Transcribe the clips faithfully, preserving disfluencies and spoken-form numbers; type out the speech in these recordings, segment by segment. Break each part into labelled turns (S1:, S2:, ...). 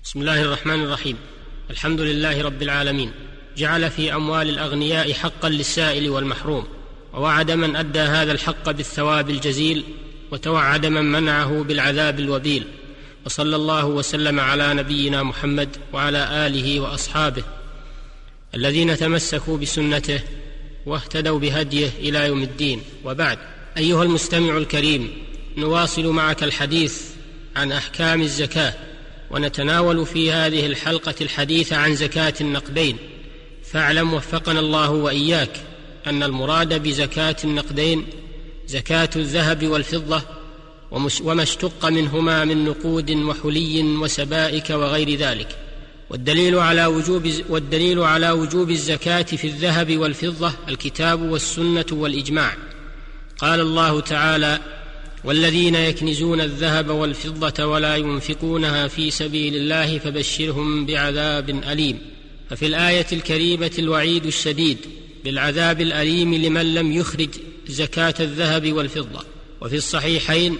S1: بسم الله الرحمن الرحيم. الحمد لله رب العالمين، جعل في أموال الأغنياء حقا للسائل والمحروم، ووعد من أدى هذا الحق بالثواب الجزيل، وتوعد من منعه بالعذاب الوبيل. وصلى الله وسلم على نبينا محمد وعلى آله وأصحابه الذين تمسكوا بسنته واهتدوا بهديه إلى يوم الدين. وبعد، أيها المستمع الكريم، نواصل معك الحديث عن أحكام الزكاة، ونتناول في هذه الحلقة الحديث عن زكاة النقدين. فاعلم وفقنا الله وإياك أن المراد بزكاة النقدين زكاة الذهب والفضة وما اشتق منهما من نقود وحلي وسبائك وغير ذلك. والدليل على وجوب والدليل على وجوب الزكاة في الذهب والفضة الكتاب والسنة والإجماع. قال الله تعالى: والذين يكنزون الذهب والفضة ولا ينفقونها في سبيل الله فبشرهم بعذاب أليم. ففي الآية الكريمة الوعيد الشديد بالعذاب الأليم لمن لم يخرج زكاة الذهب والفضة. وفي الصحيحين: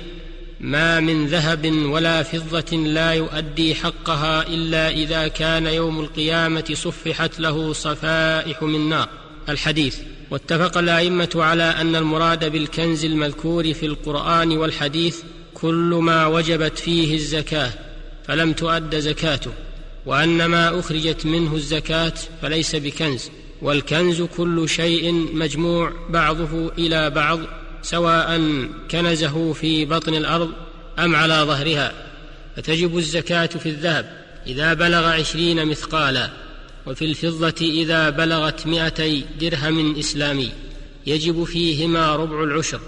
S1: ما من ذهب ولا فضة لا يؤدي حقها إلا إذا كان يوم القيامة صفحت له صفائح من نار. الحديث. واتفق الأئمة على أن المراد بالكنز المذكور في القرآن والحديث كل ما وجبت فيه الزكاة فلم تؤد زكاته، وأن ما أخرجت منه الزكاة فليس بكنز. والكنز كل شيء مجموع بعضه إلى بعض، سواء كنزه في بطن الأرض أم على ظهرها. فتجب الزكاة في الذهب إذا بلغ عشرين مثقالا، وفي الفضة إذا بلغت مئتي درهم إسلامي يجب فيهما ربع العشر،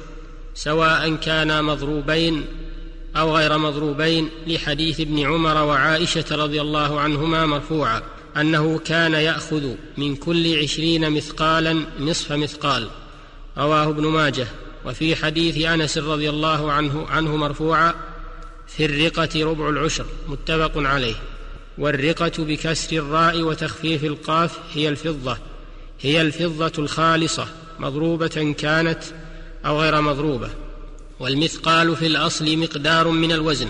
S1: سواء كانا مضروبين أو غير مضروبين، لحديث ابن عمر وعائشة رضي الله عنهما مرفوعا أنه كان يأخذ من كل عشرين مثقالا نصف مثقال، رواه ابن ماجه. وفي حديث أنس رضي الله عنه, عنه مرفوعا: في الرقة ربع العشر، متفق عليه. والرقة بكسر الراء وتخفيف القاف هي الفضة هي الفضة الخالصة، مضروبة كانت أو غير مضروبة. والمثقال في الأصل مقدار من الوزن.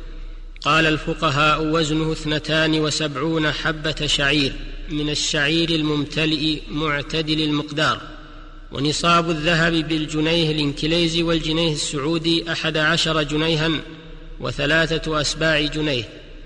S1: قال الفقهاء: وزنه اثنتان وسبعون حبة شعير، من الشعير الممتلئ معتدل المقدار. ونصاب الذهب بالجنيه الإنكليزي والجنيه السعودي أحد عشر جنيها وثلاثة أسباع جنيه.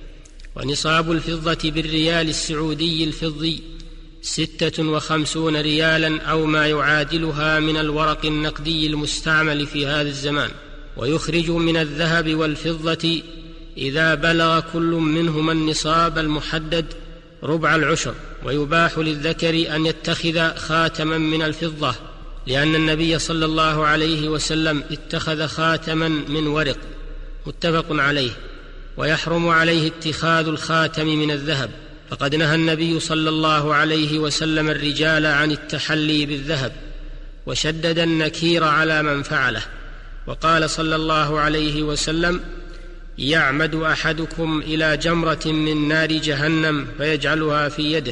S1: ونصاب الفضة بالريال السعودي الفضي ستة وخمسون ريالا أو ما يعادلها من الورق النقدي المستعمل في هذا الزمان. ويخرج من الذهب والفضة إذا بلغ كل منهما النصاب المحدد ربع العشر. ويباح للذكر أن يتخذ خاتما من الفضة، لأن النبي صلى الله عليه وسلم اتخذ خاتما من ورق، متفق عليه. ويحرم عليه اتخاذ الخاتم من الذهب، فقد نهى النبي صلى الله عليه وسلم الرجال عن التحلي بالذهب، وشدد النكير على من فعله. وقال صلى الله عليه وسلم: يعمد أحدكم إلى جمرة من نار جهنم فيجعلها في يده.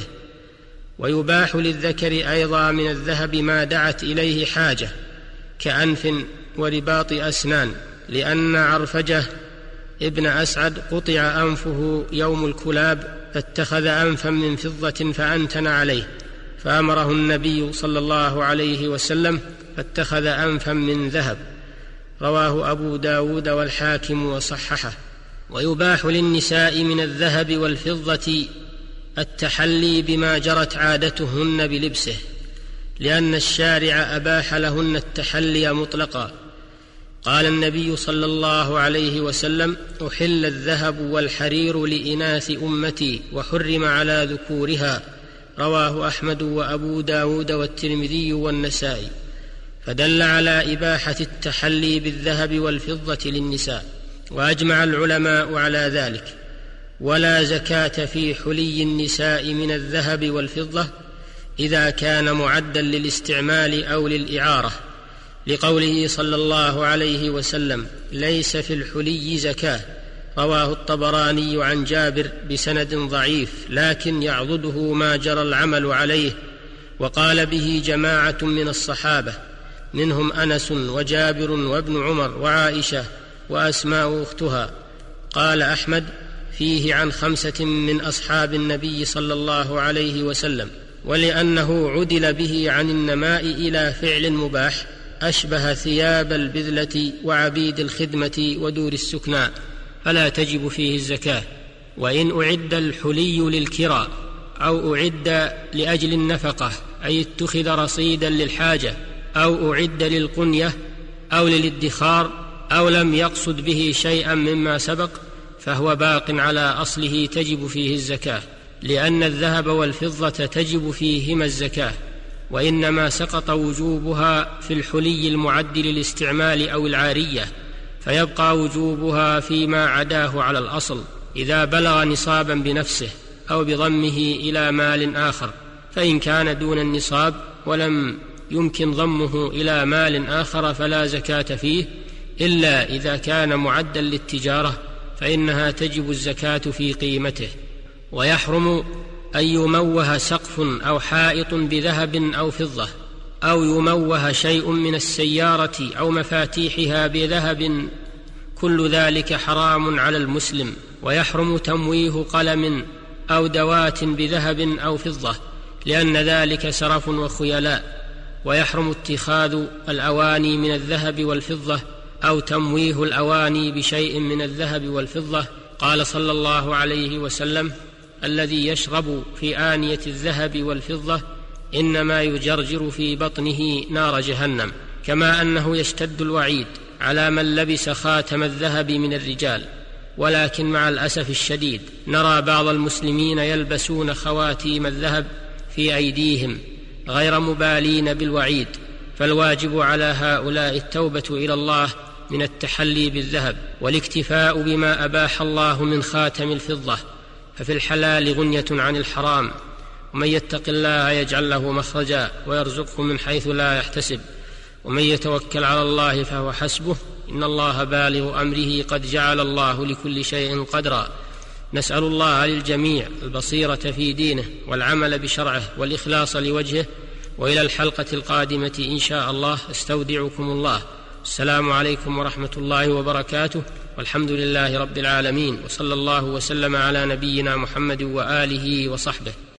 S1: ويباح للذكر أيضا من الذهب ما دعت إليه حاجة، كأنف ورباط أسنان، لأن عرفجة ابن أسعد قطع أنفه يوم الكلاب فاتخذ أنفا من فضة فأنتن عليه، فأمره النبي صلى الله عليه وسلم فاتخذ أنفا من ذهب. رواه أبو داود والحاكم وصححه. ويباح للنساء من الذهب والفضة التحلي بما جرت عادتهن بلبسه، لأن الشارع أباح لهن التحلي مطلقا. قال النبي صلى الله عليه وسلم: أحل الذهب والحرير لإناث أمتي وحرم على ذكورها. رواه أحمد وأبو داود والترمذي والنسائي. فدل على إباحة التحلي بالذهب والفضة للنساء، وأجمع العلماء على ذلك. ولا زكاة في حلي النساء من الذهب والفضة إذا كان معدا للاستعمال أو للإعارة، لقوله صلى الله عليه وسلم: ليس في الحلي زكاة. رواه الطبراني عن جابر بسند ضعيف، لكن يعضده ما جرى العمل عليه، وقال به جماعة من الصحابة، منهم أنس وجابر وابن عمر وعائشة وأسماء أختها. قال أحمد: فيه عن خمسة من أصحاب النبي صلى الله عليه وسلم، ولأنه عدل به عن النماء إلى فعل مباح أشبه ثياب البذلة وعبيد الخدمة ودور السكنى، فلا تجب فيه الزكاة. وإن أعد الحلي للكراء أو أعد لأجل النفقة، أي اتخذ رصيدا للحاجة، أو أعد للقنية أو للادخار، أو لم يقصد به شيئا مما سبق، فهو باق على أصله تجب فيه الزكاة، لأن الذهب والفضة تجب فيهما الزكاة، وإنما سقط وجوبها في الحلي المعد للاستعمال أو العارية، فيبقى وجوبها فيما عداه على الأصل إذا بلغ نصابا بنفسه أو بضمه إلى مال آخر. فإن كان دون النصاب ولم يمكن ضمه إلى مال آخر فلا زكاة فيه، إلا إذا كان معدا للتجارة فإنها تجب الزكاة في قيمته. ويحرم أن يموه سقف أو حائط بذهب أو فضة، أو يموه شيء من السيارة أو مفاتيحها بذهب، كل ذلك حرام على المسلم. ويحرم تمويه قلم أو دوات بذهب أو فضة، لأن ذلك سرف وخيلاء. ويحرم اتخاذ الأواني من الذهب والفضة أو تمويه الأواني بشيء من الذهب والفضة. قال صلى الله عليه وسلم: الذي يشرب في آنية الذهب والفضة إنما يجرجر في بطنه نار جهنم. كما أنه يشتد الوعيد على من لبس خاتم الذهب من الرجال، ولكن مع الأسف الشديد نرى بعض المسلمين يلبسون خواتيم الذهب في أيديهم غير مبالين بالوعيد، فالواجب على هؤلاء التوبة إلى الله من التحلي بالذهب والاكتفاء بما أباح الله من خاتم الفضة، ففي الحلال غنية عن الحرام. ومن يتق الله يجعل له مخرجا ويرزقه من حيث لا يحتسب، ومن يتوكل على الله فهو حسبه، إن الله بالغ أمره قد جعل الله لكل شيء قدرا. نسأل الله للجميع البصيرة في دينه والعمل بشرعه والإخلاص لوجهه. وإلى الحلقة القادمة إن شاء الله استودعكم الله. السلام عليكم ورحمة الله وبركاته، والحمد لله رب العالمين، وصلى الله وسلم على نبينا محمد وآله وصحبه.